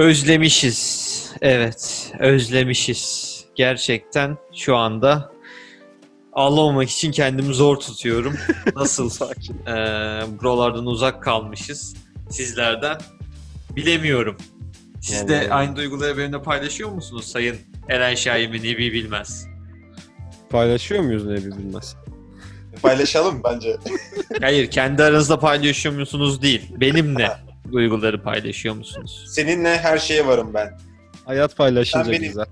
Özlemişiz. Evet, özlemişiz. Gerçekten şu anda ağlamamak için kendimi zor tutuyorum. Nasıl buralardan uzak kalmışız sizlerden bilemiyorum. Siz de aynı duyguları benimle paylaşıyor musunuz Sayın Eren Şahin ve Nebi Bilmez? Paylaşıyor muyuz Nebi Bilmez? Paylaşalım bence. Hayır, kendi aranızda paylaşıyor musunuz değil. Benimle duyguları paylaşıyor musunuz? Seninle her şeye varım ben. Hayat paylaşınca Sen benim. güzel.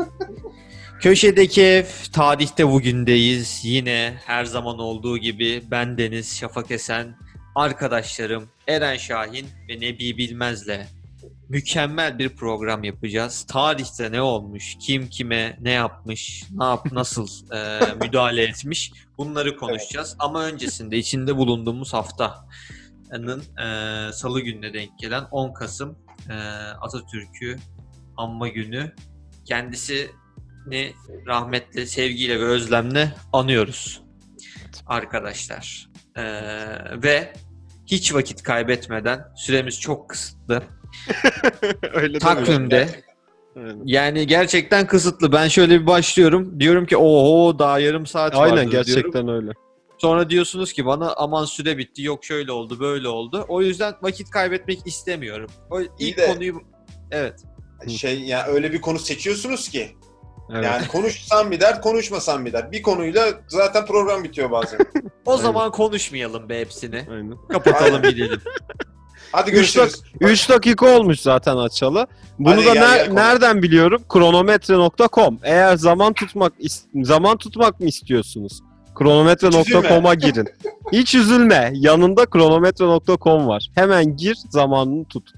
Köşedeki ev, tarihte bugündeyiz. Yine her zaman olduğu gibi ben Deniz Şafak Esen, arkadaşlarım Eren Şahin ve Nebi Bilmez'le mükemmel bir program yapacağız. Tarihte ne olmuş, kim kime ne yapmış, nasıl müdahale etmiş bunları konuşacağız. Evet. Ama öncesinde içinde bulunduğumuz haftanın Salı gününe denk gelen 10 Kasım Atatürk'ü anma günü. Kendisini rahmetle, sevgiyle ve özlemle anıyoruz arkadaşlar. Ve hiç vakit kaybetmeden, süremiz çok kısıtlı. Öyle takvimde yani gerçekten kısıtlı. Ben şöyle bir başlıyorum. Diyorum ki oho daha yarım saat vardır. Aynen gerçekten diyorum. Öyle. Sonra diyorsunuz ki bana aman süre bitti. Yok şöyle oldu böyle oldu. O yüzden vakit kaybetmek istemiyorum. O ilk konuyu evet. Yani öyle bir konu seçiyorsunuz ki. Evet. Yani konuşsam bir dert, konuşmasam bir dert. Bir konuyla zaten program bitiyor bazen. O zaman konuşmayalım be hepsini. Aynen. Kapatalım gidelim. Hadi görüşürüz. 3 dakika olmuş zaten açalı. Bunu hadi da nereden biliyorum? Kronometre.com. Eğer zaman tutmak mı istiyorsunuz? Kronometre.com'a girin. Hiç üzülme. Yanında kronometre.com var. Hemen gir, zamanını tut.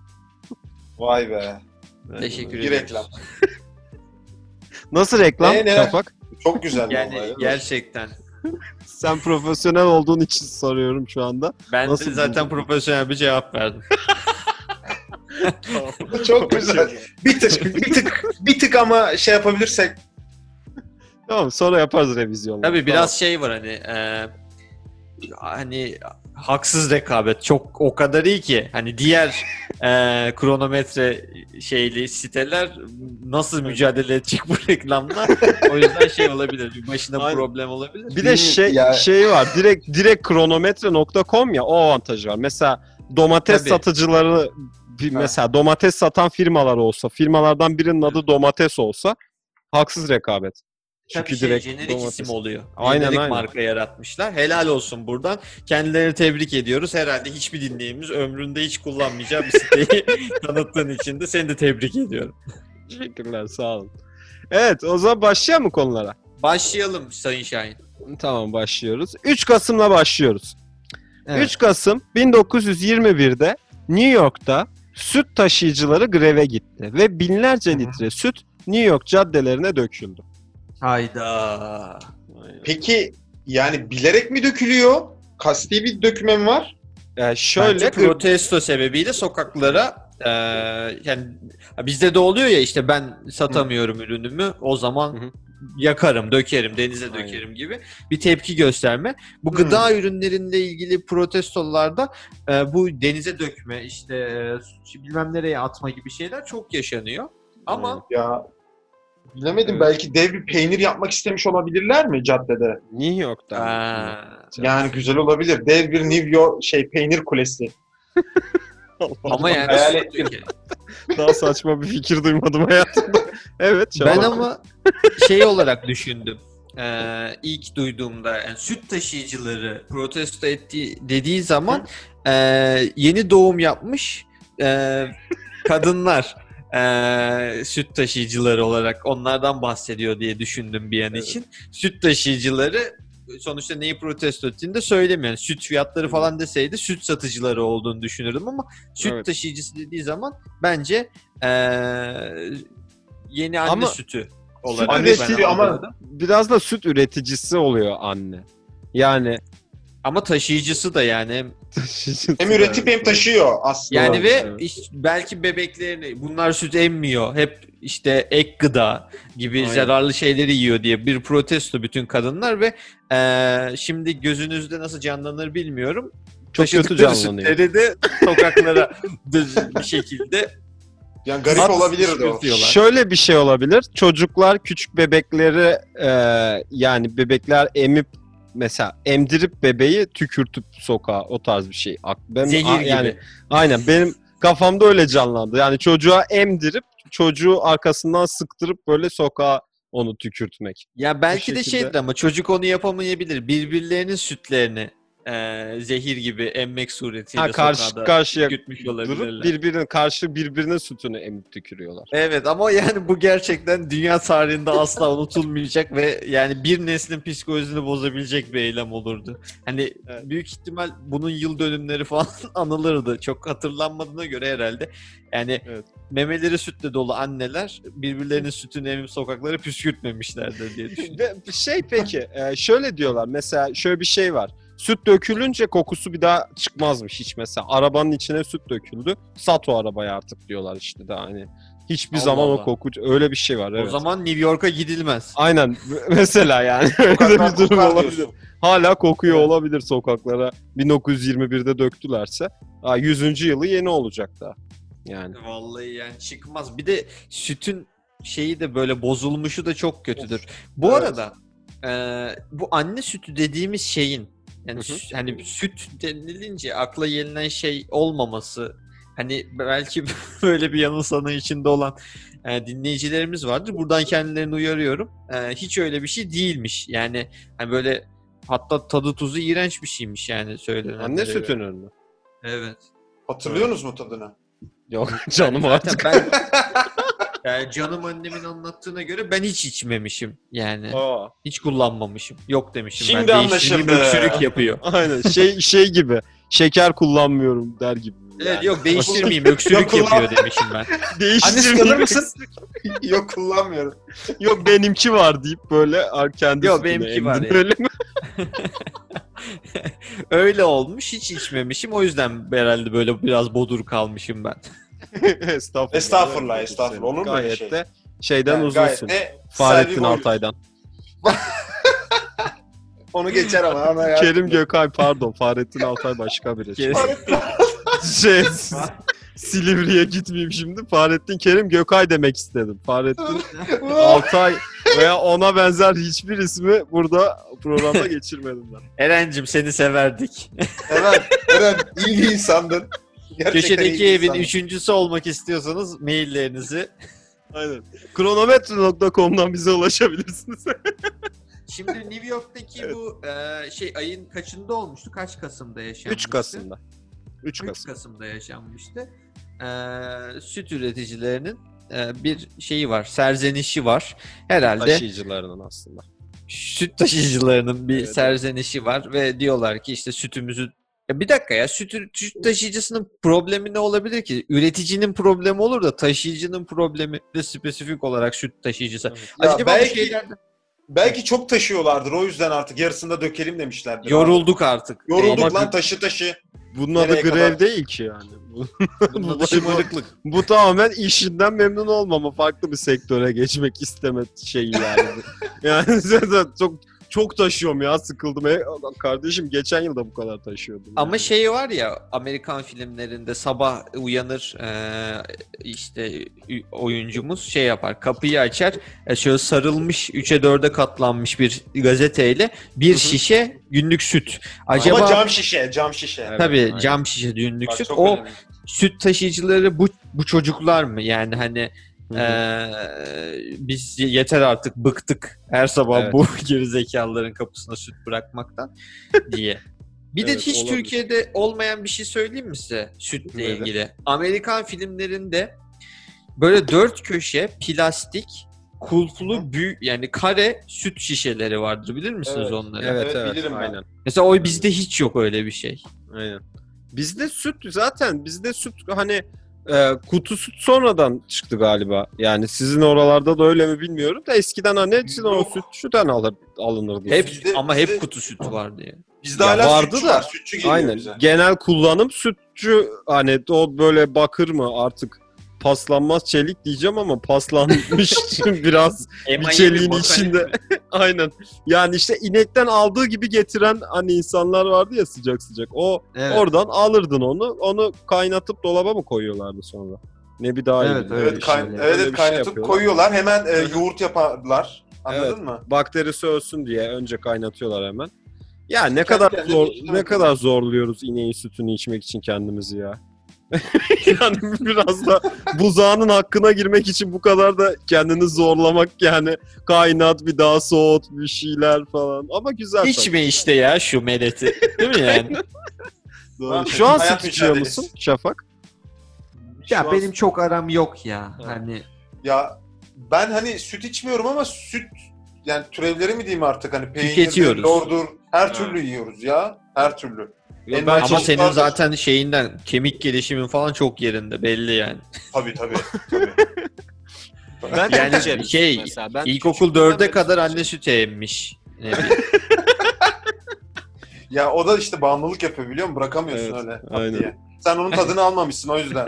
Vay be. Teşekkür ederim. Bir reklam. Nasıl reklam Şafak? Çok güzel. Yani gerçekten. Sen profesyonel olduğun için soruyorum şu anda. Ben de zaten profesyonel bir cevap verdim. Çok güzel. Bir tık ama şey yapabilirsek. Tamam, sonra yaparız revizyonu. Tabii biraz şey var hani haksız rekabet çok o kadar iyi ki hani diğer kronometre şeyli siteler nasıl mücadele edecek bu reklamla o yüzden şey olabilir, bir başına problem olabilir. Bir de şey var, direkt kronometre.com ya, o avantajı var. Mesela domates satıcıları mesela domates satan firmalar olsa, firmalardan birinin adı domates olsa haksız rekabet. Çünkü direkt jenerik isim oluyor. Aynen. Marka yaratmışlar. Helal olsun buradan. Kendilerini tebrik ediyoruz. Herhalde hiçbir dinleyicimiz ömründe hiç kullanmayacağı bir siteyi tanıttığın için de seni de tebrik ediyorum. Teşekkürler, sağ olun. Evet, o zaman başlayalım mı konulara? Başlayalım Sayın Şahin. Tamam, başlıyoruz. 3 Kasım'la başlıyoruz. Evet. 3 Kasım 1921'de New York'ta süt taşıyıcıları greve gitti ve binlerce litre süt New York caddelerine döküldü. Hayda. Peki yani bilerek mi dökülüyor? Kasti bir döküme mi var? Şöyle protesto sebebiyle sokaklara yani bizde de oluyor ya, işte ben satamıyorum ürünümü, o zaman yakarım, dökerim, denize dökerim gibi bir tepki gösterme. Bu gıda ürünlerinde ilgili protestolarda bu denize dökme, işte bilmem nereye atma gibi şeyler çok yaşanıyor. Ama ya bilemedim, belki dev bir peynir yapmak istemiş olabilirler mi caddede? New York'ta. Yani güzel olabilir. Dev bir New York peynir kulesi. Ama yani daha saçma bir fikir duymadım hayatımda. Evet. Ben ama şey olarak düşündüm. İlk duyduğumda yani süt taşıyıcıları protesto dediği zaman yeni doğum yapmış kadınlar süt taşıyıcıları olarak onlardan bahsediyor diye düşündüm bir an için. Süt taşıyıcıları sonuçta neyi protesto ettiğini de söylemiyor. Yani süt fiyatları falan deseydi süt satıcıları olduğunu düşünürdüm ama süt taşıyıcısı dediği zaman bence yeni anne sütü olarak ama biraz da süt üreticisi oluyor anne. Yani ama taşıyıcısı da yani hem üretip hem taşıyor aslında. Yani ve belki bebeklerini, bunlar süt emmiyor, hep işte ek gıda gibi zararlı şeyleri yiyor diye bir protesto bütün kadınlar ve şimdi gözünüzde nasıl canlanır bilmiyorum. Çok kötü canlanıyor. Sütleri de sokaklara bir şekilde Yani garip olabilirdi o. Şöyle bir şey olabilir. Çocuklar küçük bebekleri yani bebekler emip mesela emdirip bebeği tükürtüp sokağa, o tarz bir şey. Zehir yani, gibi. Aynen benim kafamda öyle canlandı. Yani çocuğa emdirip çocuğu arkasından sıktırıp böyle sokağa onu tükürtmek. Ya belki de şekilde... şeydir ama çocuk onu yapamayabilir. Birbirlerinin sütlerini zehir gibi emmek suretiyle karşı karşıya gütmüş olabilirler. Durup birbirinin sütünü emip tükürüyorlar. Evet ama yani bu gerçekten dünya tarihinde asla unutulmayacak ve yani bir neslin psikolojisini bozabilecek bir eylem olurdu. Hani büyük ihtimal bunun yıl dönümleri falan anılırdı. Çok hatırlanmadığına göre herhalde. Yani memeleri sütle dolu anneler birbirlerinin sütünü emip sokaklara püskürtmemişlerdir diye düşünüyorum. Peki şöyle diyorlar mesela, şöyle bir şey var. Süt dökülünce kokusu bir daha çıkmazmış hiç mesela. Arabanın içine süt döküldü. Sat o arabayı artık diyorlar işte daha hani. Hiçbir zaman o koku, öyle bir şey var. Evet. O zaman New York'a gidilmez. Aynen mesela yani. Öyle bir durum olabilir. Hala kokuyor olabilir sokaklara. 1921'de döktülerse. 100. yılı yeni olacak daha. Yani. Vallahi yani çıkmaz. Bir de sütün şeyi de böyle bozulmuşu da çok kötüdür. Bu arada bu anne sütü dediğimiz şeyin yani hani süt denilince akla gelinen şey olmaması, hani belki böyle bir yanılsama içinde olan dinleyicilerimiz vardır. Buradan kendilerini uyarıyorum. Hiç öyle bir şey değilmiş. Yani hani böyle hatta tadı tuzu iğrenç bir şeymiş yani söylenenlere. Anne sütünün mü? Evet. Hatırlıyorsunuz mu tadını? Yok canım artık. Yani canım annemin anlattığına göre ben hiç içmemişim yani. Hiç kullanmamışım. Yok demişim. Şimdi ben anlaşıldı. Öksürük yapıyor. Aynen şey gibi. Şeker kullanmıyorum der gibi. Evet yani. Yok değiştirmeyeyim. Öksürük yapıyor demişim ben. Değiştirmeyeyim misin? Yok kullanmıyorum. Yok benimki var deyip böyle kendi yok benimki var yani. Öyle mi? Öyle olmuş. Hiç içmemişim. O yüzden herhalde böyle biraz bodur kalmışım ben. Estağfurullah. Olur mu gayet şey? de şeyden yani uzunsun. Fahrettin Altay'dan. Onu geçer ama. Kerim Gökay pardon. Fahrettin Altay başka biri. Silivri'ye gitmeyeyim şimdi. Fahrettin Kerim Gökay demek istedim. Fahrettin Altay veya ona benzer hiçbir ismi burada programda geçirmedim ben. Eren'cim seni severdik. Eren iyi bir insandın. Köşedeki evin üçüncüsü olmak istiyorsanız maillerinizi. Aynen. Kronometre.com'dan bize ulaşabilirsiniz. Şimdi New York'taki bu ayın kaçında olmuştu? Kaç Kasım'da yaşanmıştı? 3 Kasım'da. 3 Kasım'da yaşanmıştı. Süt üreticilerinin bir şeyi var, serzenişi var. Herhalde taşıyıcılarının aslında. Süt taşıyıcılarının bir serzenişi var ve diyorlar ki işte sütümüzü bir dakika ya süt taşıyıcısının problemi ne olabilir ki? Üreticinin problemi olur da taşıyıcının problemi de spesifik olarak süt taşıyıcısı. Ya acaba belki çok taşıyorlardır. O yüzden artık yarısında dökelim demişlerdir. Yorulduk artık. Yorulduk lan taşı. Bunun adı grev değil ki yani. Bunun adı şımarıklık. Bu tamamen işinden memnun olmama, farklı bir sektöre geçmek isteme şeyi yani. Yani çok taşıyorum ya, sıkıldım. Kardeşim geçen yıl da bu kadar taşıyordum. Ama şey var ya Amerikan filmlerinde sabah uyanır işte oyuncumuz şey yapar, kapıyı açar, şöyle sarılmış 3'e 4'e katlanmış bir gazeteyle bir şişe günlük süt. Acaba ama cam şişe. Evet, tabii cam şişe günlük süt. O önemli. Süt taşıyıcıları bu çocuklar mı? Yani hani biz yeter artık bıktık her sabah bu gerizekalıların kapısına süt bırakmaktan diye. Bir de hiç olabilir. Türkiye'de olmayan bir şey söyleyeyim mi size sütle ilgili? Amerikan filmlerinde böyle 4 köşe plastik kulplu büyük yani kare süt şişeleri vardır, bilir misiniz onları? Evet bilirim ben. Aynen. Mesela bizde hiç yok öyle bir şey. Aynen. Bizde süt hani kutu süt sonradan çıktı galiba. Yani sizin oralarda da öyle mi bilmiyorum da eskiden hani o süt şuradan alınırdı. Hep kutu süt vardı ya. Bizde hala sütçü var. Sütçü geliyor aynen. Bize. Genel kullanım sütçü, hani o böyle bakır mı artık paslanmaz çelik diyeceğim ama paslanmış biraz bir çeliğin içinde. Aynen. Yani işte inekten aldığı gibi getiren hani insanlar vardı ya sıcak. O oradan alırdın onu kaynatıp dolaba mı koyuyorlardı sonra? Nebi daha iyi. Evet, Evet, Öyle bir kaynatıp şey koyuyorlar. Hemen yoğurt yaparlar. Anladın Evet. mı? Bakterisi ölsün diye önce kaynatıyorlar hemen. Ya İşte ne kendi kadar kendine zor, işlem ne yapıyorlar. kadar zorluyoruz ineğin sütünü içmek için kendimizi ya. Yani biraz da buzağının hakkına girmek için bu kadar da kendini zorlamak yani kaynat bir daha soğut bir şeyler falan ama güzel. İçme işte ya şu meleti. Değil mi yani? Doğru. Şu an Hayat süt içiyor mücadelesi. musun Şafak? Ya Şu an- benim çok aram yok ya. Ha. Hani Ya ben hani süt içmiyorum ama süt yani türevleri mi diyeyim artık hani peynirdir, Tüketiyoruz. lordur her Ha. türlü yiyoruz ya. Her türlü. Yo, En ben başta ama çeşit senin vardır. zaten şeyinden kemik gelişimin falan çok yerinde belli yani. Tabii. Ben çok Yani içerim şey, mesela. Ben İlkokul küçüklüğümden 4'e beri kadar süt anne sütü emmiş. Ne bileyim. Ya o da işte bağımlılık yapıyor biliyor musun? Bırakamıyorsun Evet, öyle aynen. diye. Sen onun tadını almamışsın o yüzden.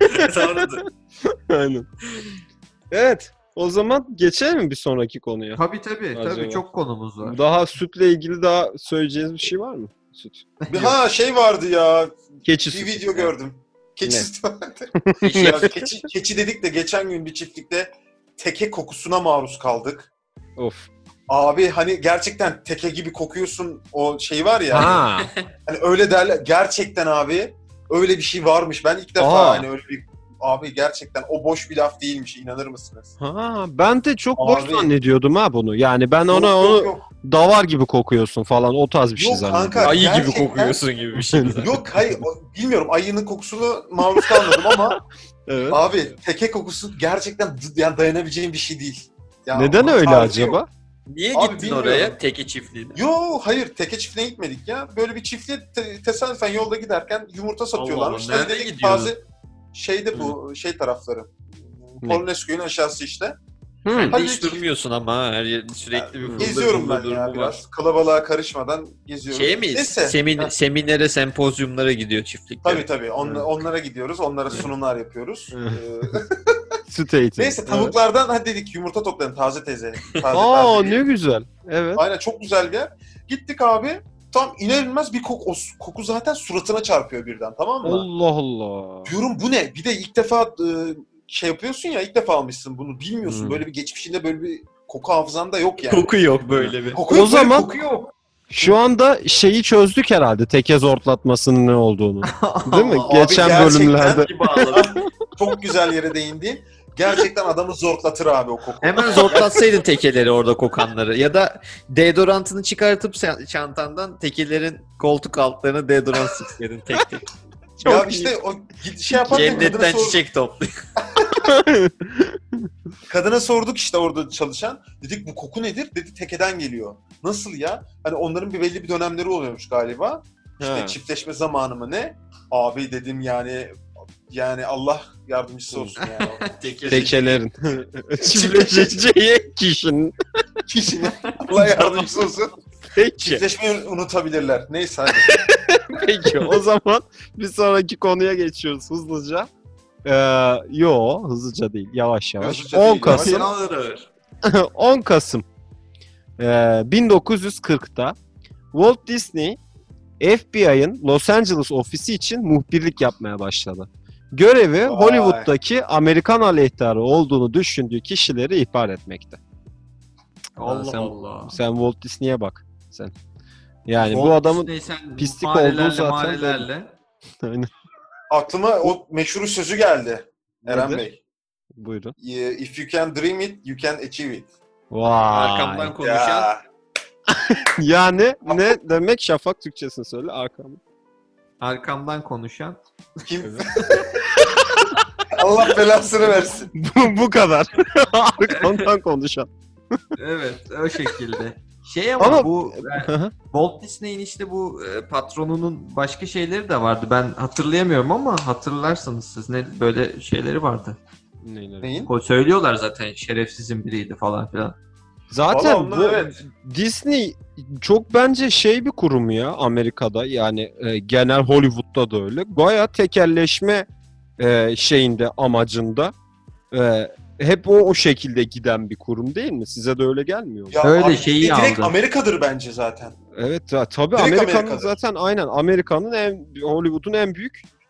Aynen. Evet. O zaman geçelim mi bir sonraki konuya? tabii Acaba. çok konumuz var. Daha sütle ilgili daha söyleyeceğiniz bir şey var mı? Süt. Ha şey vardı ya. Keçi Bir sütü. video gördüm. Keçi Ne? sütü vardı. Ya keçi dedik de geçen gün bir çiftlikte teke kokusuna maruz kaldık. Of. Abi hani gerçekten teke gibi kokuyorsun o şey var ya. Ha. Hani öyle derler. Gerçekten abi öyle bir şey varmış. Ben ilk defa Aa. hani öyle bir abi gerçekten o boş bir laf değilmiş. İnanır mısınız? Ha, ben de çok boş Abi. zannediyordum ha bunu. Yani ben Yok, onu yok. davar gibi kokuyorsun falan o tarz bir şey Yok zannediyordum. kanka. Ayı gibi gerçekten- kokuyorsun gibi bir şey. Yok hayır bilmiyorum ayının kokusunu maruz kalmadım ama Evet. abi teke kokusu gerçekten yani dayanabileceğim bir şey değil. Ya, Neden bunun öyle tarifi acaba? yok. Niye Abi gittin bilmiyorum. oraya teke çiftliğine? Yo hayır teke çiftliğine gitmedik ya. Böyle bir çiftliğe tesadüfen yolda giderken yumurta satıyorlarmış. Allah, nerede Dedik, gidiyordun? taze şeyde bu şey tarafları. Polonezköy'ün aşağısı işte. Hı. Sen de Hadi hiç hiç- durmuyorsun ama ha, her yer sürekli bir fıldır Geziyorum ben fıldır ya durumu biraz. Kalabalığa karışmadan geziyorum. Şey miyiz? Neyse. Ha, Seminere, sempozyumlara gidiyor çiftlikler. tabii. Onlara gidiyoruz. Onlara sunumlar yapıyoruz. Süt eğitimi. Neyse tavuklardan hadi dedik yumurta toplayalım taze teyze. Taze, Aa taze ne diye. güzel. Evet. Aynen çok güzel bir yer. Gittik abi. Tam inanılmaz bir koku. O koku zaten suratına çarpıyor birden tamam mı? Allah Allah. Diyorum bu ne? Bir de ilk defa şey yapıyorsun ya ilk defa almışsın bunu bilmiyorsun. Böyle bir geçmişinde böyle bir koku hafızanda yok yani. Koku yok böyle bir. Koku O yok, böyle zaman- koku yok. Şu anda şeyi çözdük herhalde teke zortlatmasının ne olduğunu. Değil mi? Abi Geçen gerçekten bölümlerde. Çok güzel yere değindin. Gerçekten adamı zortlatır abi o koku. Hemen zortlatsaydın tekeleri orada kokanları. Ya da deodorantını çıkartıp çantandan tekelerin koltuk altlarına deodorant sıksaydın tek tek. Ya işte o şey yaparken Cennetten çiçek topluyor. kadına sorduk işte orada çalışan. Dedik bu koku nedir? Dedi tekeden geliyor. Nasıl ya? Hani onların bir belli bir dönemleri oluyormuş galiba. İşte Ha. çiftleşme zamanı mı ne? Abi dedim yani Allah yardımcısı olsun yani. Tekelerin. Çiftleşeceği kişinin. Kişinin Allah yardımcısı olsun. Peki. Çiftleşmeyi unutabilirler. Neyse hadi. Peki o zaman bir sonraki konuya geçiyoruz hızlıca. Hızlıca değil yavaş yavaş. Hızlıca 10 değil, Kasım yavaş 10 Kasım 1940'ta Walt Disney FBI'ın Los Angeles ofisi için muhbirlik yapmaya başladı. Görevi Vay. Hollywood'daki Amerikan aleyhtarı olduğunu düşündüğü kişileri ihbar etmekte. Allah sen, Allah. Sen Walt Disney'e bak sen. Yani bu Walt adamın Disney sen pislik marelerle, olduğu zaten marelerle. Aynen. Aklıma o meşhur sözü geldi. Eren Nedir? Bey. Buyurun. If you can dream it, you can achieve it. Vay. Arkamdan konuşan. Ya. Yani ne demek Şafak Türkçesini söyle arkamda. Arkamdan konuşan. Kim? Allah belasını versin. Bu kadar. Arkamdan konuşan. Evet o şekilde. Şey ama, Ama- bu Walt Disney'in işte bu patronunun başka şeyleri de vardı. Ben hatırlayamıyorum ama hatırlarsanız siz ne böyle şeyleri vardı. Neyin? Söylüyorlar zaten şerefsizin biriydi falan filan. Zaten Vallahi bu evet. Disney çok bence şey bir kurum ya Amerika'da yani genel Hollywood'da da öyle. Bayağı tekelleşme şeyinde amacında hep o şekilde giden bir kurum değil mi? Size de öyle gelmiyor mu? Ya Öyle abi, şeyi direkt aldı. Amerika'dır bence zaten. Evet tabii Direkt Amerika'nın Amerika'dır. zaten aynen Amerika'nın Hollywood'un en büyük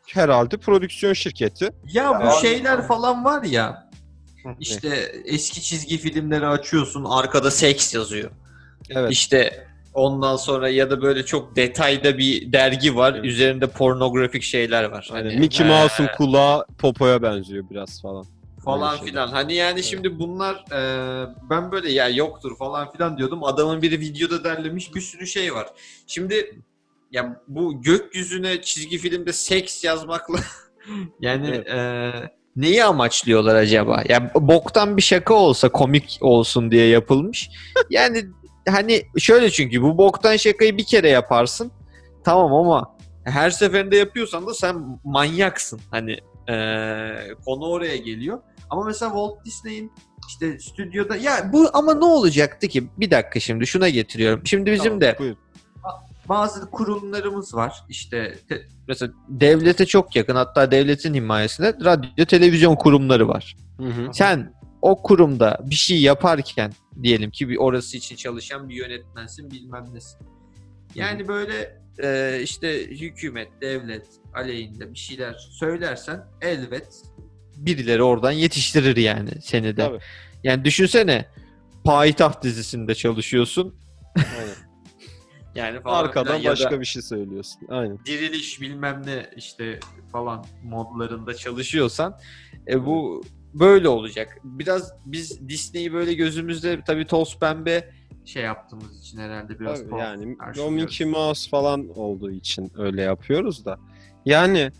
herhalde prodüksiyon şirketi. Ya bu şeyler falan var ya. İşte eski çizgi filmleri açıyorsun, arkada seks yazıyor. Evet. İşte ondan sonra ya da böyle çok detayda bir dergi var. Evet. Üzerinde pornografik şeyler var. Hani Mickey Mouse'un kulağı popoya benziyor biraz falan. Falan filan. Hani yani evet. Şimdi bunlar ben böyle ya yoktur falan filan diyordum. Adamın biri videoda derlemiş, bir sürü şey var. Şimdi ya bu gökyüzüne çizgi filmde seks yazmakla yani evet. Neyi amaçlıyorlar acaba? Ya boktan bir şaka olsa komik olsun diye yapılmış. Yani hani şöyle, çünkü bu boktan şakayı bir kere yaparsın. Tamam ama her seferinde yapıyorsan da sen manyaksın. Hani konu oraya geliyor. Ama mesela Walt Disney'in işte stüdyoda ya bu ama ne olacaktı ki? Bir dakika, şimdi şuna getiriyorum. Şimdi bizim tamam, de buyur. Bazı kurumlarımız var. İşte mesela devlete çok yakın, hatta devletin himayesinde radyo, televizyon kurumları var. Hı. Sen o kurumda bir şey yaparken, diyelim ki bir orası için çalışan bir yönetmensin, bilmem nesin. Yani böyle işte hükümet, devlet aleyhinde bir şeyler söylersen elbet birileri oradan yetiştirir yani seni de. Tabii. Yani düşünsene, Payitaht dizisinde çalışıyorsun. Aynen. Yani falan arkadan başka bir şey söylüyorsun. Aynen. Diriliş bilmem ne işte falan modlarında çalışıyorsan bu böyle olacak. Biraz biz Disney'i böyle gözümüzde tabii toz pembe şey yaptığımız için herhalde biraz yani o Mickey Mouse falan olduğu için öyle yapıyoruz da. Yani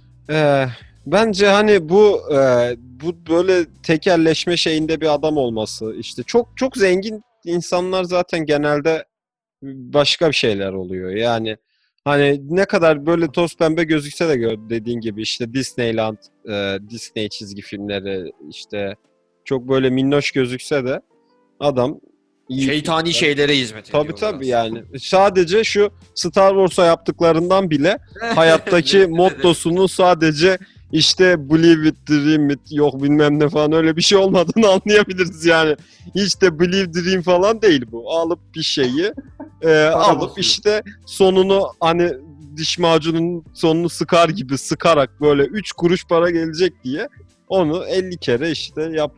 bence hani bu böyle tekelleşme şeyinde bir adam olması, işte çok zengin insanlar zaten genelde başka bir şeyler oluyor. Yani hani ne kadar böyle toz pembe gözükse de dediğin gibi işte Disneyland, Disney çizgi filmleri işte çok böyle minnoş gözükse de adam şeytani şeylere hizmet ediyor. Tabii yani. Sadece şu Star Wars'a yaptıklarından bile hayattaki mottosunu sadece işte believe it, dream it, yok bilmem ne falan öyle bir şey olmadığını anlayabiliriz yani. Hiç de believe dream falan değil bu. Alıp bir şeyi alıp işte sonunu hani diş macunun sonunu sıkar gibi sıkarak böyle 3 kuruş para gelecek diye onu 50 kere işte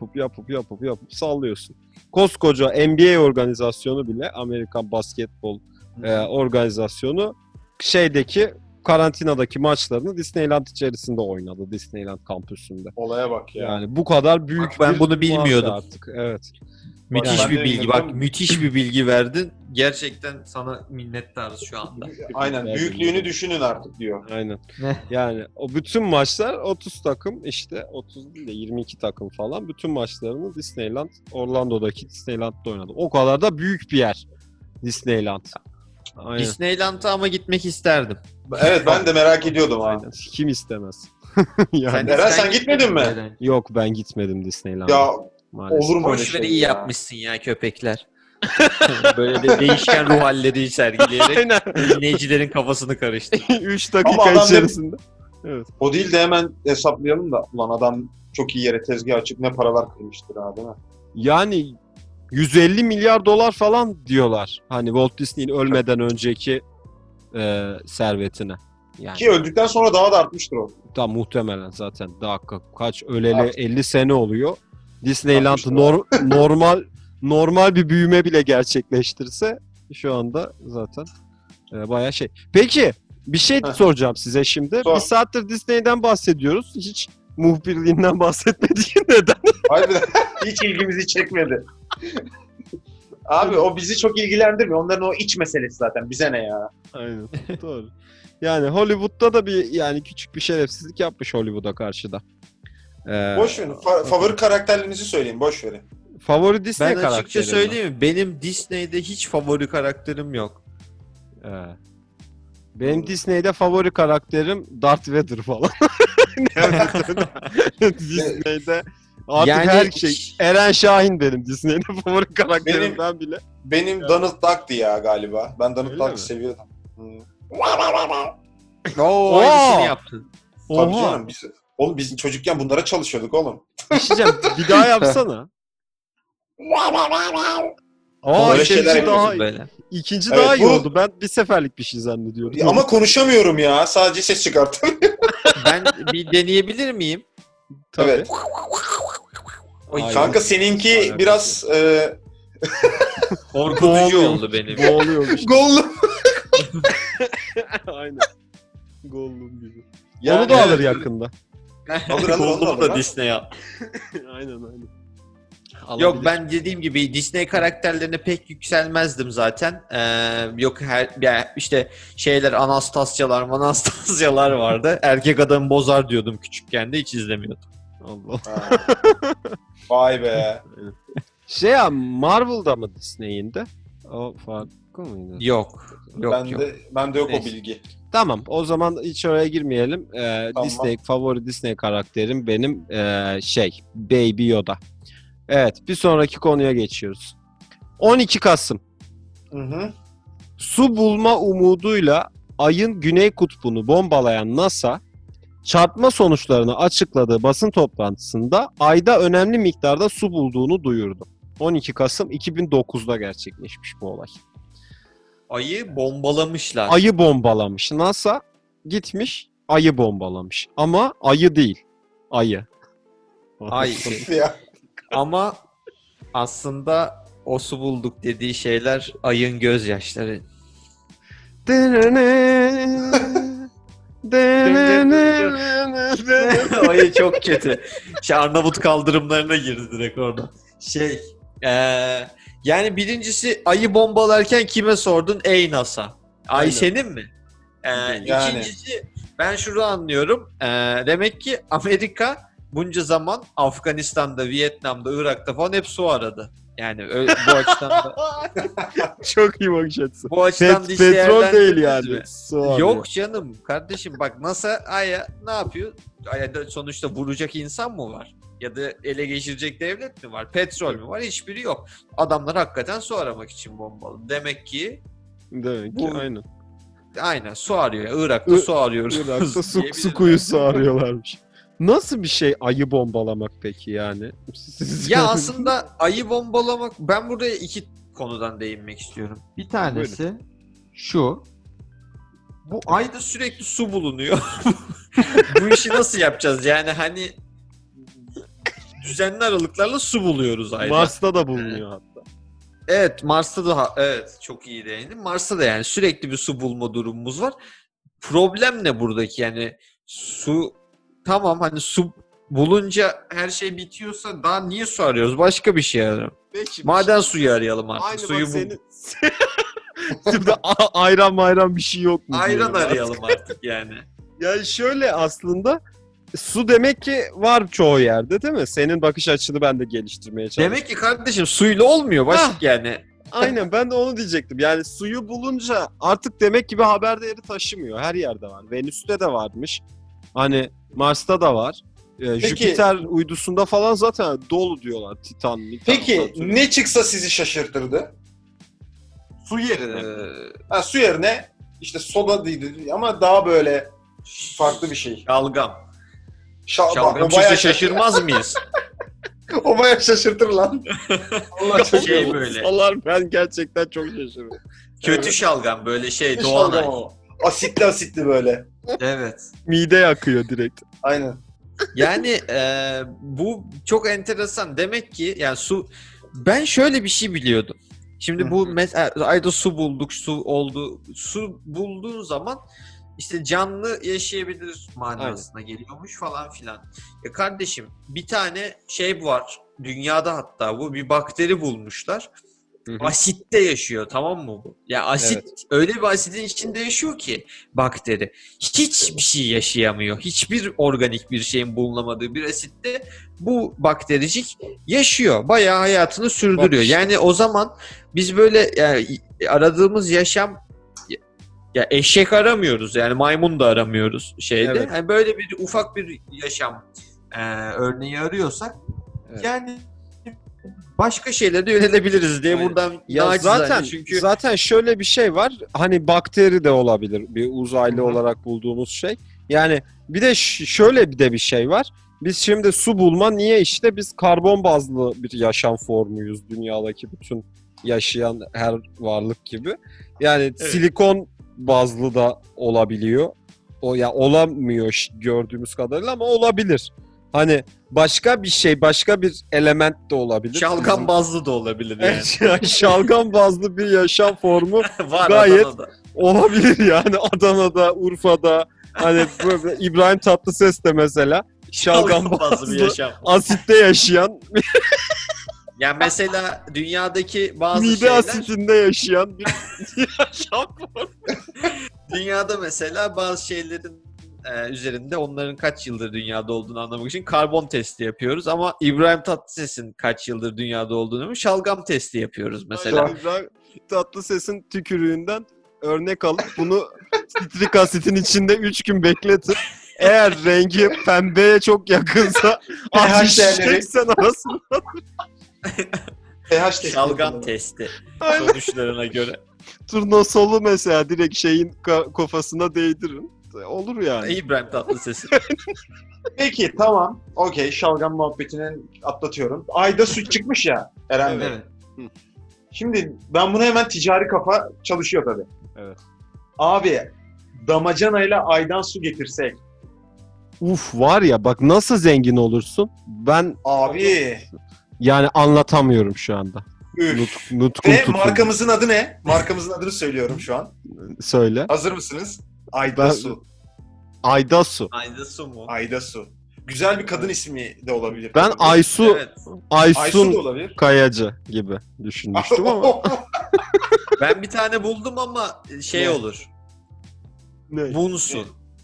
yapıp sallıyorsun. Koskoca NBA organizasyonu bile, Amerikan basketbol organizasyonu şeydeki karantinadaki maçlarını Disneyland içerisinde oynadı. Disneyland kampüsünde. Olaya bak ya. Yani bu kadar büyük bak, ben bunu bilmiyordum artık. Evet. Müthiş bir bilgi. Bak müthiş bir bilgi verdin. Gerçekten sana minnettarız şu anda. Aynen. Büyüklüğünü düşünün artık diyor. Aynen. Yani o bütün maçlar 30 takım işte 30 değil de 22 takım falan bütün maçlarını Disneyland, Orlando'daki Disneyland'da oynadı. O kadar da büyük bir yer Disneyland. Aynen. Disneyland'a ama gitmek isterdim. Evet, ben de merak ediyordum abi. Kim istemez? Yani Eren sen gitmedin mi? Yok, ben gitmedim Disneyland'a. Ya maalesef. Olur mu öyle şey? İyi yapmışsın ya köpekler. Böyle de değişken ruh halleri sergileyerek dinleyicilerin kafasını karıştırdı. 3 dakika içerisinde. Evet. O değil de hemen hesaplayalım da ulan adam çok iyi yere tezgah açıp ne paralar kırmıştır ha, değil mi? Yani 150 milyar dolar falan diyorlar. Hani Walt Disney'in ölmeden önceki servetine. Yani. Ki öldükten sonra daha da artmıştır o. Tam muhtemelen zaten daha kaç öleli 50 sene oluyor. Disneyland normal bir büyüme bile gerçekleştirse şu anda zaten bayağı şey. Peki bir şey soracağım size şimdi. Bir saattir Disney'den bahsediyoruz. Hiç muhbirliğinden bahsetmediğin neden? Harbiden hiç ilgimizi çekmedi. Abi o bizi çok ilgilendirmiyor. Onların o iç meselesi zaten. Bize ne ya? Aynen. Doğru. Yani Hollywood'da da bir yani küçük bir şerefsizlik yapmış Hollywood'a karşı da. Boş verin. Favori karakterlerinizi söyleyin. Boş verin. Favori Disney karakteri. Ben açıkça söyleyeyim mi? Benim Disney'de hiç favori karakterim yok. Benim Disney'de favori karakterim Darth Vader falan. Disney'de artık yani her şey. Eren Şahin benim Disney'de favori karakterimden bile. Benim Donald Duck'tı ya galiba. Ben Donald Duck'ı seviyordum. Aynısını yaptın. Tabii canım. Oğlum biz çocukken bunlara çalışıyorduk oğlum. Bir daha yapsana. İkinci daha iyi oldu. Ben bir seferlik bir şey zannediyordum. Ama konuşamıyorum ya. Sadece ses çıkarttım. Ben bir deneyebilir miyim? Tabii. Evet. Ay, Kanka seninki Aynen. biraz korkutucu oldu benim. Boğuluyormuş. gollu. Aynen. Gollum gibi. Yani Onu da alır evet. yakında. Alır, Gollum'u alır da lan. Disney al. Aynen. Yok ben dediğim gibi Disney karakterlerine pek yükselmezdim zaten. Yok işte şeyler Anastasyalar vardı. Erkek adamı bozar diyordum küçükken de hiç izlemiyordum. Allah. Ha. Vay be. Marvel'da mı Disney'in de? O farklı mıydı? Yok. Yok. Bende yok o Neyse. bilgi. Tamam, o zaman hiç oraya girmeyelim. Tamam. Favori Disney karakterim benim Baby Yoda. Evet, bir sonraki konuya geçiyoruz. 12 Kasım. Hı. Su bulma umuduyla Ay'ın güney kutbunu bombalayan NASA, çarpma sonuçlarını açıkladığı basın toplantısında Ay'da önemli miktarda su bulduğunu duyurdu. 12 Kasım 2009'da gerçekleşmiş bu olay. Ayı bombalamışlar. Ay'ı bombalamış. NASA gitmiş, Ay'ı bombalamış. Ama Ay'ı değil, Ay'ı. Ay. Ya. Ama aslında o su bulduk dediği şeyler ayın gözyaşları. Ayı çok kötü. Arnavut kaldırımlarına girdi direkt orada. Yani birincisi ayı bombalarken kime sordun? Ey NASA. Ay Aynen. senin mi? Yani. İkincisi ben şunu anlıyorum. Demek ki Amerika bunca zaman Afganistan'da, Vietnam'da, Irak'ta falan hep su aradı. Yani bu açıdan da Çok iyi bakış açısı. bu açıdan da işte Petrol değil değerlendirdiniz yani. mi? Su arıyor. Yok canım kardeşim bak NASA Ay'a ne yapıyor? Ay'a da sonuçta vuracak insan mı var? Ya da ele geçirecek devlet mi var? Petrol mü var? Hiçbiri yok. Adamlar hakikaten su aramak için bombalı. Demek ki Demek ki aynen. aynen su arıyor. Ya. Irak'ta su arıyoruz. Irak'ta su diyebiliriz. kuyusu arıyorlarmış. Nasıl bir şey ayı bombalamak peki yani? Ya aslında ayı bombalamak, ben burada iki konudan değinmek istiyorum. Bir tanesi şu. Bu ayda sürekli su bulunuyor. Bu işi nasıl yapacağız? Yani hani düzenli aralıklarla su buluyoruz ayda. Mars'ta da bulunuyor hatta. Evet, Mars'ta da evet çok iyi değindin. Mars'ta da yani sürekli bir su bulma durumumuz var. Problem ne buradaki? Yani su tamam hani su bulunca her şey bitiyorsa daha niye su arıyoruz? Başka bir şey arayalım. Maden suyu arayalım artık. Aynı Suyu bak senin... Şimdi ayran bir şey yok mu? ayran diyorum arayalım artık yani. Yani şöyle aslında su demek ki var çoğu yerde değil mi? Senin bakış açını ben de geliştirmeye çalıştım. Demek ki kardeşim suyla olmuyor başlık yani. Aynen ben de onu diyecektim. Yani suyu bulunca artık demek ki bir haber değeri taşımıyor. Her yerde var. Venüs'te de varmış. Hani Mars'ta da var. Jüpiter uydusunda falan zaten dolu diyorlar. Titan. Peki ne çıksa sizi şaşırtırdı? Su yerine. Su yerine işte soda değil ama daha böyle farklı bir şey. Şalgam. O çıksa bayağı şaşırmaz mıyız? O bayağı şaşırtır lan. Allah Şey böyle. Ben gerçekten çok şaşırıyorum. Kötü şalgam böyle Şalgam Doğanay. o. Asitli böyle. Evet. Mide yakıyor direkt. Aynen. Yani bu çok enteresan. Demek ki yani su, ben şöyle bir şey biliyordum. Şimdi bu mesela ayda su bulduk, su oldu. Su bulduğun zaman işte canlı yaşayabilir manasına geliyormuş falan filan. Ya kardeşim bir tane şey var. Dünyada hatta bu bir bakteri bulmuşlar. Asitte yaşıyor, tamam mı bu? Ya asit öyle bir asidin içinde yaşıyor ki bakteri. Hiçbir şey yaşayamıyor. Hiçbir organik bir şeyin bulunamadığı bir asitte bu baktericik yaşıyor. Bayağı hayatını sürdürüyor. Yani o zaman biz böyle yani aradığımız yaşam, ya eşek aramıyoruz yani maymun da aramıyoruz şeyde. Evet. Yani böyle bir ufak bir yaşam örneği arıyorsak yani başka şeylere de yönelebiliriz diye buradan ya zaten şöyle bir şey var. Hani bakteri de olabilir bir uzaylı olarak bulduğumuz şey. Yani bir de şöyle bir şey var. Biz şimdi su bulma niye işte biz karbon bazlı bir yaşam formuyuz dünyadaki bütün yaşayan her varlık gibi. Yani silikon bazlı da olabiliyor. O ya olamıyor gördüğümüz kadarıyla ama olabilir. Hani başka bir şey, başka bir element de olabilir. Şalgam bazlı da olabilir yani. Evet, şalgam bazlı bir yaşam formu Var gayet Adana'da. olabilir yani. Adana'da, Urfa'da, hani böyle İbrahim Tatlıses de mesela şalgam bazlı bir yaşam. asitte yaşayan, Yani mesela dünyadaki bazı mide şeyler, asitinde yaşayan bir yaşam formu. dünyada mesela bazı şeylerin üzerinde onların kaç yıldır dünyada olduğunu anlamak için karbon testi yapıyoruz. Ama İbrahim Tatlıses'in kaç yıldır dünyada olduğunu şalgam testi yapıyoruz mesela. İbrahim Tatlıses'in tükürüğünden örnek alıp bunu sitrik asitin içinde 3 gün bekletip eğer rengi pembeye çok yakınsa pH değerleri 80 arasında pH testi Şalgam yapıyorlar. testi sonuçlarına göre. turnusolu mesela direkt şeyin kafasına değdirin. Olur yani. İbrahim Tatlıses'in. Peki tamam. Okey, şalgam muhabbetini atlatıyorum. Ayda su çıkmış ya Eren Bey. Evet. Şimdi ben bunu hemen ticari kafa çalışıyor tabii. Evet. Abi damacanayla aydan su getirsek. Uf var ya bak nasıl zengin olursun. Ben Abi. yani anlatamıyorum şu anda. Üf. Nutkum Ve tutuldu. markamızın adı ne? Markamızın adını söylüyorum şu an. Söyle. Hazır mısınız? Ayda Su. Ayda su. Ayda su mu? Ayda Su. Güzel bir kadın ismi de olabilir. Ben tabii. Aysu, Evet. Aysu da Aysun olabilir. Kayacı gibi düşünmüştüm ama. Ben bir tane buldum ama şey Ne? olur. Ne? Munsu.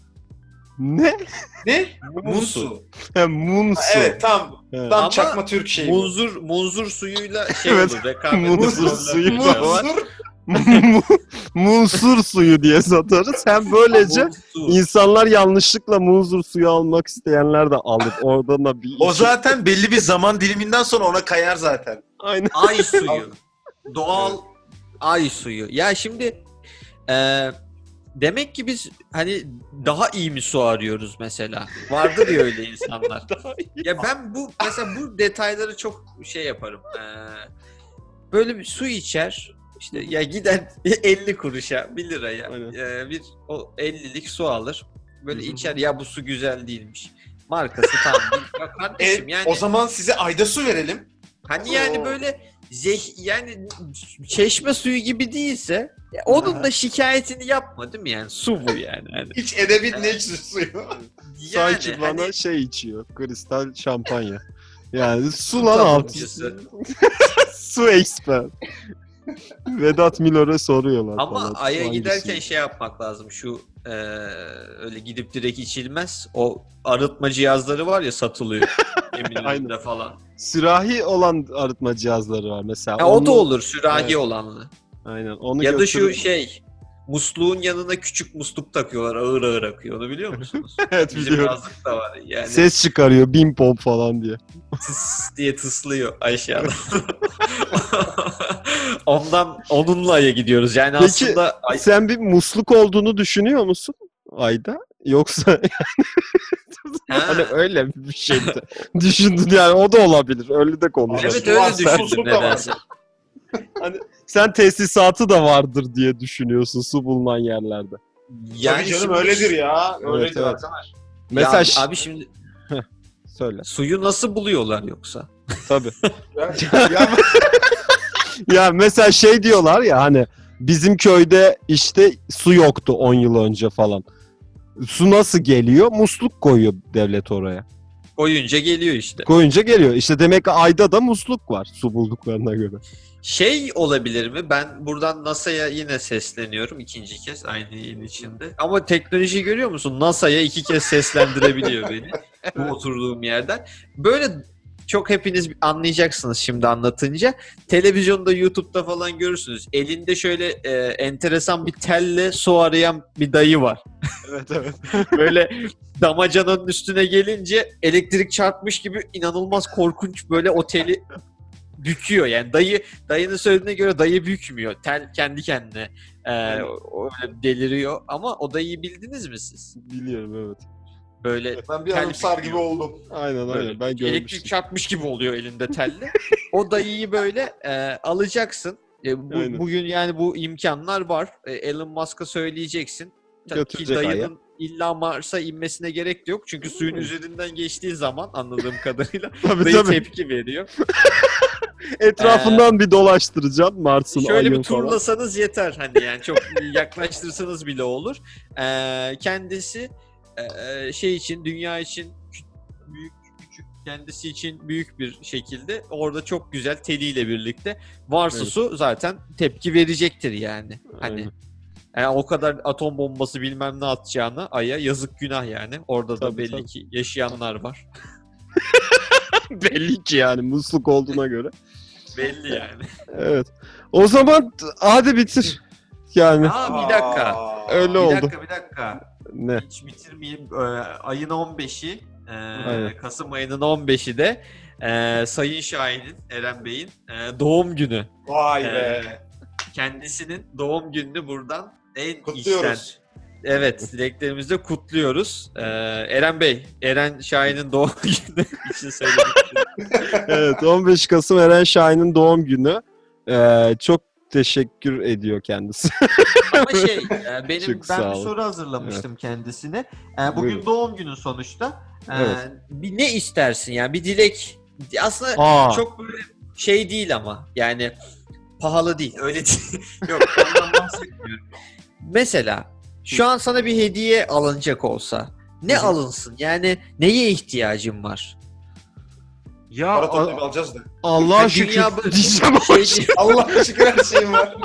Ne? Ne? Munsu. Munsu. He, Munsu. Evet tam Evet. tam Ama çakma Türk şeyi. bu. Munzur suyuyla şey Evet. olur. Rekabet Munzur problem suyu olur. da var. Munzur. Munsur suyu diye satarız. Hem böylece Munsu. insanlar yanlışlıkla muzur suyu almak isteyenler de alıp oradan da bir... O zaten belli bir zaman diliminden sonra ona kayar zaten. Aynen. Ay suyu. Doğal ay suyu. Ya şimdi demek ki biz hani daha iyi mi su arıyoruz mesela? Vardır ya öyle insanlar. Ya ben mesela bu detayları çok şey yaparım. Böyle bir su içer. İşte ya giden 50 kuruşa 1 liraya bir o 50'lik su alır. Böyle içer ya bu su güzel değilmiş. Markası tam değil. Ya kardeşim yani. O zaman size ayda su verelim. Hani yani böyle yani çeşme suyu gibi değilse onun da şikayetini yapma değil mi yani? Su bu yani. Hani. Hiç edebin ne suyu. Sanki bana hani, şey içiyor. Kristal şampanya. Yani su lan alt. tabancısı. Su expert. Vedat Milor'a soruyorlar Ama falan. Ay'a Hangisi? giderken şey yapmak lazım. Şu öyle gidip direkt içilmez. O arıtma cihazları var ya satılıyor. Eminönü'nde falan. Sürahi olan arıtma cihazları var mesela. Ha, o da Onu- olur sürahi Evet. olanlı. Aynen. Onu Ya da şu götürüp- şey musluğun yanına küçük musluk takıyorlar ağır ağır akıyor. Onu biliyor musunuz? Evet Bizim biliyorum. yazlık da var. Yani Ses çıkarıyor bim pom falan diye. tıs diye tıslıyor aşağıda. Onunla Ay'a gidiyoruz. Yani Peki, aslında Sen bir musluk olduğunu düşünüyor musun Ayda? Yoksa hani öyle bir şey de düşündün yani o da olabilir. Öyle de konuşalım. Evet Su öyle var, düşündüm musluk da var. nedense. Sen tesisatı da vardır diye düşünüyorsun su bulunan yerlerde. Tabii canım şimdi- öyledir ya. Evet, Öyledir evet. arkadaş. Mesela Ya, abi şimdi söyle. suyu nasıl buluyorlar yoksa? Tabii. Ya, Ya mesela şey diyorlar ya hani bizim köyde işte su yoktu 10 yıl önce falan. Su nasıl geliyor? Musluk koyuyor devlet oraya. Koyunca geliyor işte. Koyunca geliyor. İşte demek ki ayda da musluk var su bulduklarına göre. Şey olabilir mi? Ben buradan NASA'ya yine sesleniyorum ikinci kez aynı yayın içinde. Ama teknoloji görüyor musun? NASA'ya 2 kez seslendirebiliyor beni bu oturduğum yerden. Böyle çok hepiniz anlayacaksınız şimdi anlatınca. Televizyonda, YouTube'da falan görürsünüz. Elinde şöyle enteresan bir telle su arayan bir dayı var. Evet evet. Böyle damacananın üstüne gelince elektrik çarpmış gibi inanılmaz korkunç böyle oteli büküyor. Yani dayının söylediğine göre dayı bükmüyor. Tel kendi kendine öyle deliriyor. Ama o dayıyı bildiniz mi siz? Biliyorum evet. Böyle ben bir tel anımsar gibi büküyor. oldum. Aynen Böyle aynen ben elektrik görmüştüm. çarpmış gibi oluyor elinde telle. O dayıyı böyle alacaksın. Aynen. Bugün yani bu imkanlar var. Elon Musk'a söyleyeceksin. Ki Götürecek dayının illa Mars'a inmesine gerek de yok. Çünkü suyun üzerinden geçtiği zaman anladığım kadarıyla Tabii, dayı tabii. tepki veriyor. Etrafından bir dolaştıracağım Mars'ın, Şöyle ayın bir falan. turlasanız yeter hani yani çok yaklaştırsanız bile olur. Kendisi şey için dünya için büyük küçük kendisi için büyük bir şekilde orada çok güzel teliyle birlikte varsa Evet. su zaten tepki verecektir yani. Hani o kadar atom bombası bilmem ne atacağına Ay'a yazık günah yani. Orada da Tabii, belli tabii. ki yaşayanlar var. Belli ki yani musluk olduğuna göre. Belli yani. Evet. O zaman hadi bitir. Yani Bir dakika. öyle Bir oldu. dakika. Ne? Hiç bitirmeyeyim. Ayın 15'i, Evet. Kasım ayının 15'i de Sayın Şahin'in, Eren Bey'in doğum günü. Vay Ee, be. Kendisinin doğum gününü buradan en içten, Kutluyoruz. evet, dileklerimizle kutluyoruz. Eren Bey, Eren Şahin'in doğum günü için söylemek istedim. Evet, 15 Kasım Eren Şahin'in doğum günü. Çok teşekkür ediyor kendisi. Ama Çok ben sağ bir olun. soru hazırlamıştım kendisine. Bugün Buyurun. doğum günü sonuçta. Evet. Bir ne istersin yani bir dilek. Aslında çok böyle şey değil ama yani pahalı değil öyle değil. Yok ondan bahsetmiyorum. Mesela şu an sana bir hediye alınacak olsa ne alınsın? Yani neye ihtiyacın var? Ya Para toplayıp alacağız da. Allah'a Yani şükür dünya böyle- diyeceğim ama Şey- Allah'a şükür her şeyim var.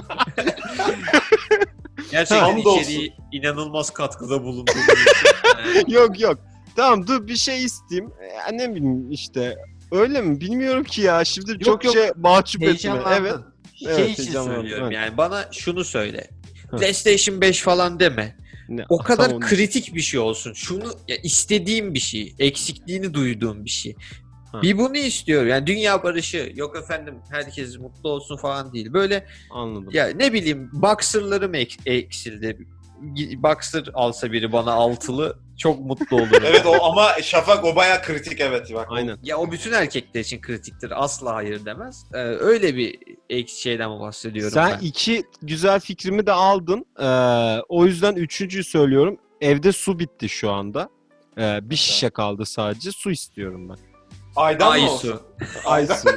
Gerçekten Hamdolsun. içeriği inanılmaz katkıda bulunduğunuz için. yok. Tamam dur bir şey isteyeyim. Ne bileyim işte. Öyle mi? Bilmiyorum ki ya. Şimdi Yok, çok yok. mahcup etme. Heyecanlandın. Evet. Şey Evet, için heyecanlandım, söylüyorum evet. yani bana şunu söyle. Hı. PlayStation 5 falan deme. Ne? O kadar Tamam. kritik bir şey olsun. Şunu ya istediğim bir şey, eksikliğini duyduğum bir şey. Ha. Bir bunu istiyorum. Yani dünya barışı, yok efendim herkes mutlu olsun falan değil. Böyle Anladım. ya ne bileyim boxer'larım eksildi. Boxer alsa biri bana altılı çok mutlu olurum. Evet ama Şafak o bayağı kritik evet bak. Aynen. Ya o bütün erkekler için kritiktir. Asla hayır demez. Öyle bir şeyden bahsediyorum Sen ben. iki güzel fikrimi de aldın. O yüzden üçüncüyü söylüyorum. Evde su bitti şu anda. Bir şişe kaldı sadece. Su istiyorum ben. Aydan mı Aysu. olsun? Aysun.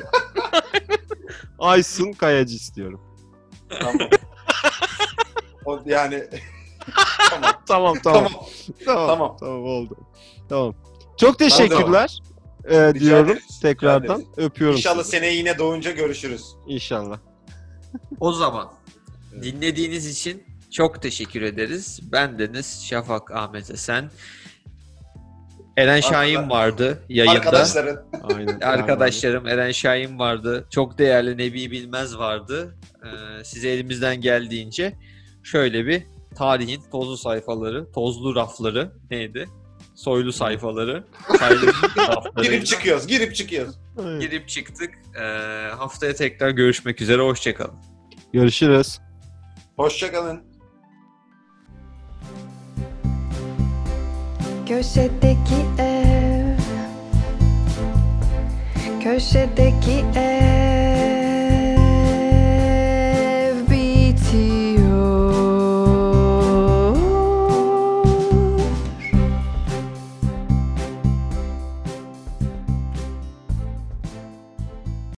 Aysun Kayacı istiyorum. Tamam. O, yani tamam. Tamam. Tamam. Tamam oldu. Tamam. Çok teşekkürler. Diyorum ederiz. tekrardan. Rica Öpüyorum İnşallah sizi. seneye yine doğunca görüşürüz. İnşallah. O zaman Evet. dinlediğiniz için çok teşekkür ederiz. Bendeniz Şafak Ahmet Esen. Eren Şahin vardı yayında. Arkadaşların. Aynen. Arkadaşlarım Eren Şahin vardı. Çok değerli Nebi Bilmez vardı. Size elimizden geldiğince şöyle bir tarihin tozlu sayfaları, tozlu rafları neydi? Soylu sayfaları, sayılı raflarıyla Girip çıkıyoruz. Aynen. girip çıktık. Haftaya tekrar görüşmek üzere. Hoşçakalın. Görüşürüz. Hoşçakalın. Köşedeki ev, köşedeki ev.